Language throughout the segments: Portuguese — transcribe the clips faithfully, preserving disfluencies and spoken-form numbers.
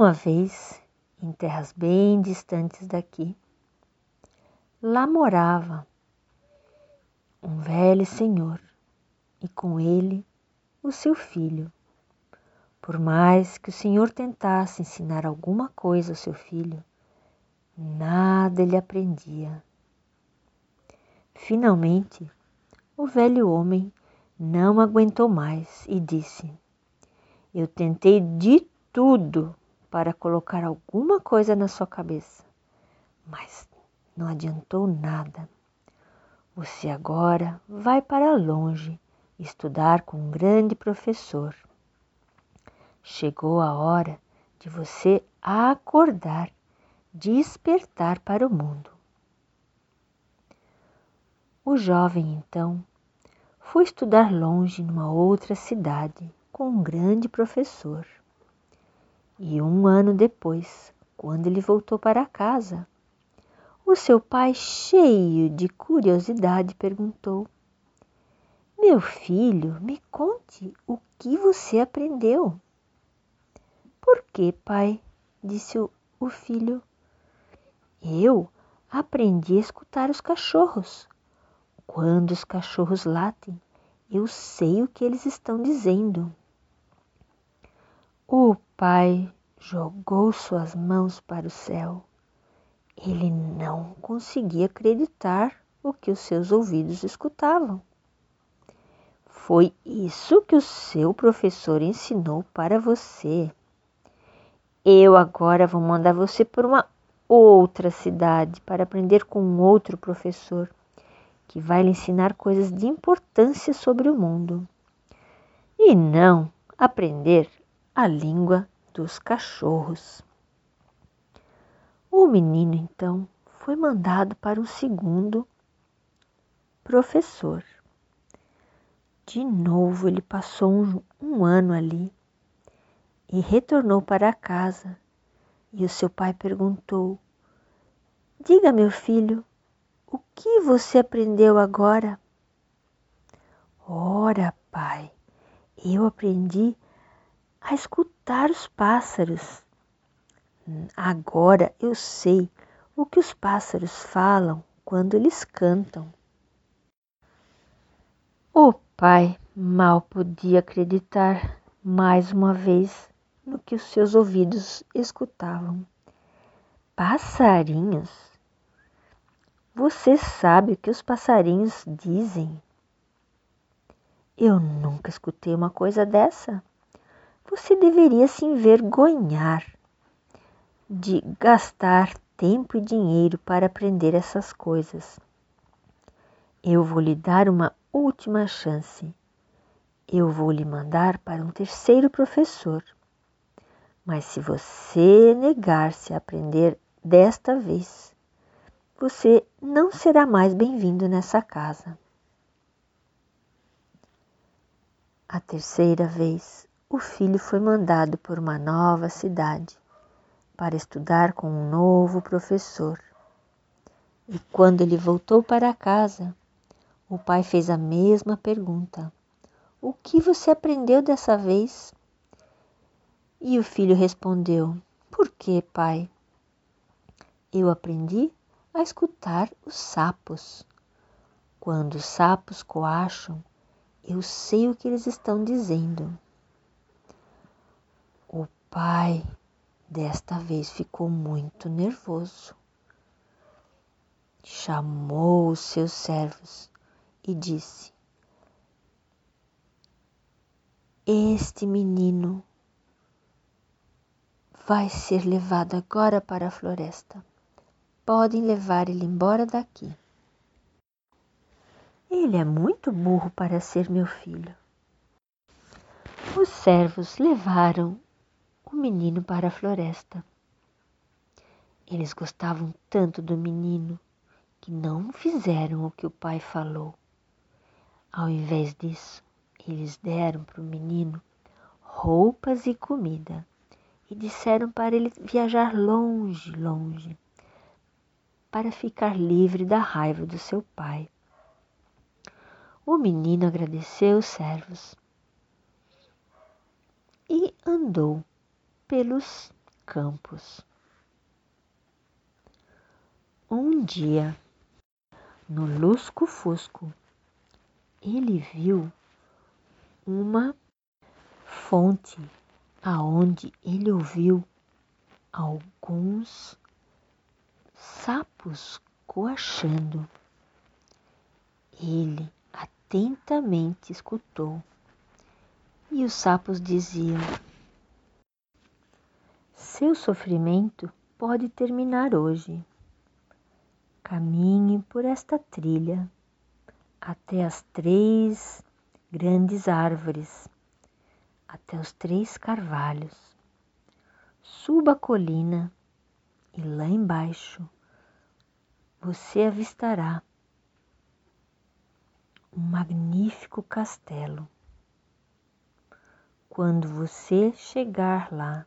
Uma vez, em terras bem distantes daqui, lá morava um velho senhor e com ele o seu filho. Por mais que o senhor tentasse ensinar alguma coisa ao seu filho, nada ele aprendia. Finalmente, o velho homem não aguentou mais e disse: eu tentei de tudo para colocar alguma coisa na sua cabeça, mas não adiantou nada. Você agora vai para longe estudar com um grande professor. Chegou a hora de você acordar, despertar para o mundo. O jovem, então, foi estudar longe numa outra cidade com um grande professor. E um ano depois, quando ele voltou para casa, o seu pai, cheio de curiosidade, perguntou: meu filho, me conte o que você aprendeu. Por que, pai? Disse o, o filho. Eu aprendi a escutar os cachorros. Quando os cachorros latem, eu sei o que eles estão dizendo. O pai jogou suas mãos para o céu. Ele não conseguia acreditar o que os seus ouvidos escutavam. Foi isso que o seu professor ensinou para você. Eu agora vou mandar você para uma outra cidade para aprender com um outro professor que vai lhe ensinar coisas de importância sobre o mundo. E não aprender a língua dos cachorros. O menino, então, foi mandado para um segundo professor. De novo ele passou um, um ano ali e retornou para casa. E o seu pai perguntou: diga, meu filho, o que você aprendeu agora? Ora, pai, eu aprendi a escutar os pássaros. Agora eu sei o que os pássaros falam quando eles cantam. O pai mal podia acreditar mais uma vez no que os seus ouvidos escutavam. Passarinhos? Você sabe o que os passarinhos dizem? Eu nunca escutei uma coisa dessa. Você deveria se envergonhar de gastar tempo e dinheiro para aprender essas coisas. Eu vou lhe dar uma última chance. Eu vou lhe mandar para um terceiro professor. Mas se você negar-se a aprender desta vez, você não será mais bem-vindo nessa casa. A terceira vez, o filho foi mandado por uma nova cidade para estudar com um novo professor. E quando ele voltou para casa, o pai fez a mesma pergunta: o que você aprendeu dessa vez? E o filho respondeu: por que, pai? Eu aprendi a escutar os sapos. Quando os sapos coacham, eu sei o que eles estão dizendo. O pai desta vez ficou muito nervoso. Chamou os seus servos e disse: este menino vai ser levado agora para a floresta. Podem levar ele embora daqui. Ele é muito burro para ser meu filho. Os servos levaram o menino para a floresta. Eles gostavam tanto do menino que não fizeram o que o pai falou. Ao invés disso, eles deram para o menino roupas e comida e disseram para ele viajar longe, longe, para ficar livre da raiva do seu pai. O menino agradeceu os servos e andou pelos campos. Um dia, no lusco-fusco, ele viu uma fonte aonde ele ouviu alguns sapos coachando. Ele atentamente escutou e os sapos diziam: seu sofrimento pode terminar hoje. Caminhe por esta trilha até as três grandes árvores, até os três carvalhos. Suba a colina e lá embaixo você avistará um magnífico castelo. Quando você chegar lá,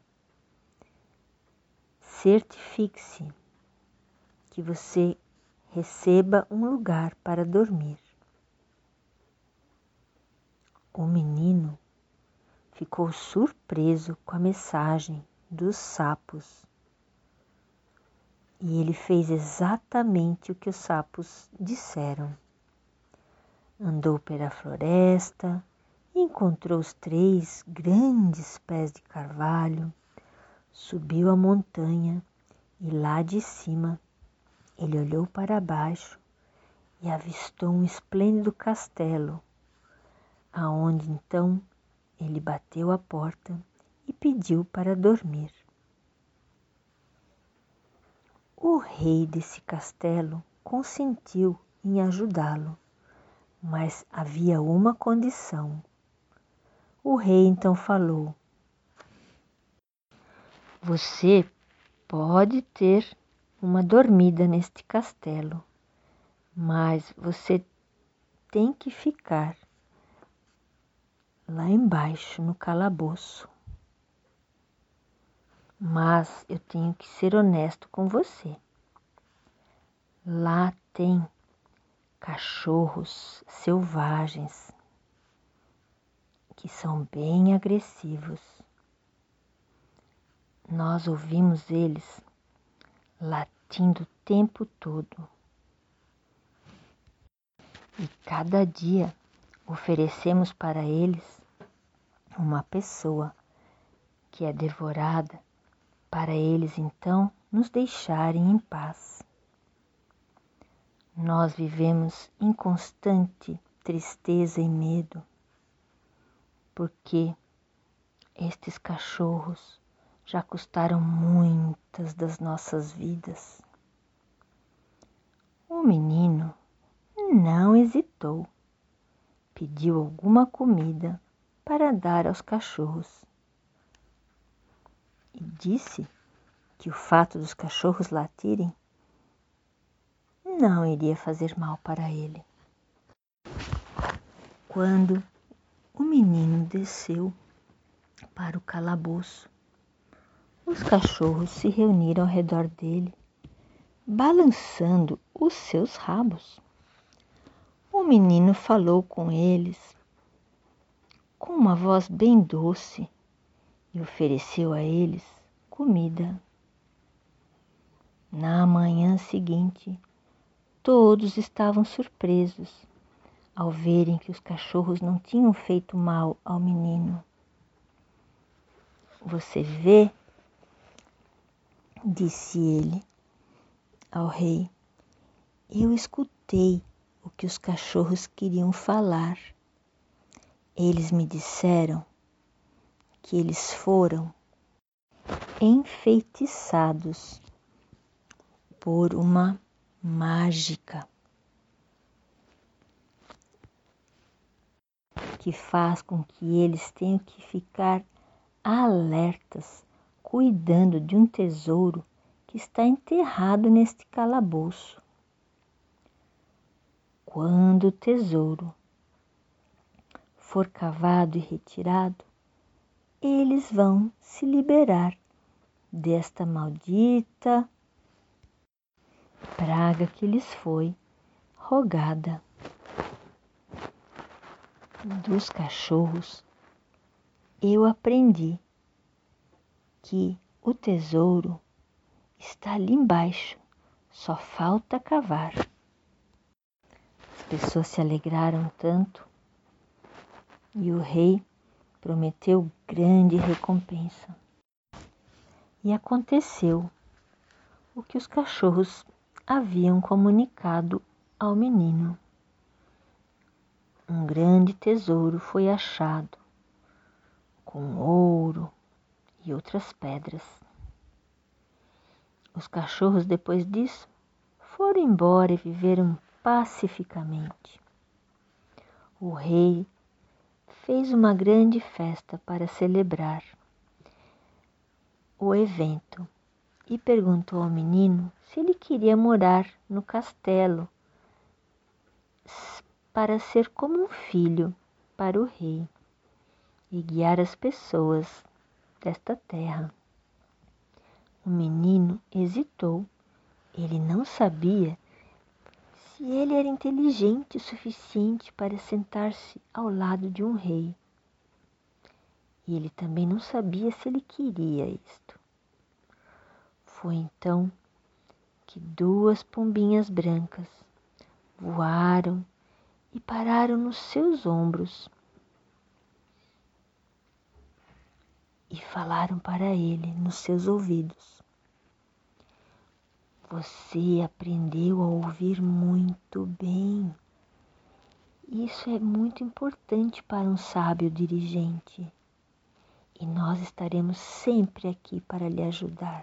certifique-se que você receba um lugar para dormir. O menino ficou surpreso com a mensagem dos sapos e ele fez exatamente o que os sapos disseram. Andou pela floresta, encontrou os três grandes pés de carvalho, subiu a montanha e lá de cima ele olhou para baixo e avistou um esplêndido castelo, aonde então ele bateu a porta e pediu para dormir. O rei desse castelo consentiu em ajudá-lo, mas havia uma condição. O rei então falou: você pode ter uma dormida neste castelo, mas você tem que ficar lá embaixo no calabouço. Mas eu tenho que ser honesto com você. Lá tem cachorros selvagens que são bem agressivos. Nós ouvimos eles latindo o tempo todo. E cada dia oferecemos para eles uma pessoa que é devorada, para eles então nos deixarem em paz. Nós vivemos em constante tristeza e medo, porque estes cachorros já custaram muitas das nossas vidas. O menino não hesitou, pediu alguma comida para dar aos cachorros e disse que o fato dos cachorros latirem não iria fazer mal para ele. Quando o menino desceu para o calabouço, os cachorros se reuniram ao redor dele, balançando os seus rabos. O menino falou com eles com uma voz bem doce e ofereceu a eles comida. Na manhã seguinte, todos estavam surpresos ao verem que os cachorros não tinham feito mal ao menino. Você vê, disse ele ao rei, eu escutei o que os cachorros queriam falar. Eles me disseram que eles foram enfeitiçados por uma mágica que faz com que eles tenham que ficar alertas, cuidando de um tesouro que está enterrado neste calabouço. Quando o tesouro for cavado e retirado, eles vão se liberar desta maldita praga que lhes foi rogada. Dos cachorros, eu aprendi que O tesouro está ali embaixo, só falta cavar. As pessoas se alegraram tanto e o rei prometeu grande recompensa. E aconteceu o que os cachorros haviam comunicado ao menino. Um grande tesouro foi achado, com ouro e outras pedras. Os cachorros, depois disso, foram embora e viveram pacificamente. O rei fez uma grande festa para celebrar o evento e perguntou ao menino se ele queria morar no castelo para ser como um filho para o rei e guiar as pessoas desta terra. O menino hesitou. Ele não sabia se ele era inteligente o suficiente para sentar-se ao lado de um rei. E ele também não sabia se ele queria isto. Foi então que duas pombinhas brancas voaram e pararam nos seus ombros e falaram para ele nos seus ouvidos: "Você aprendeu a ouvir muito bem. Isso é muito importante para um sábio dirigente. E nós estaremos sempre aqui para lhe ajudar."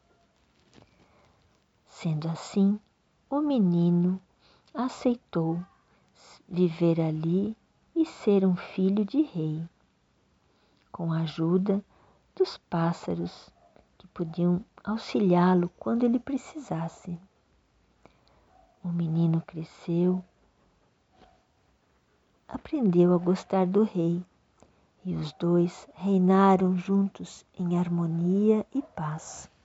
Sendo assim, o menino aceitou viver ali e ser um filho de rei, com a ajuda dos pássaros que podiam auxiliá-lo quando ele precisasse. O menino cresceu, aprendeu a gostar do rei e os dois reinaram juntos em harmonia e paz.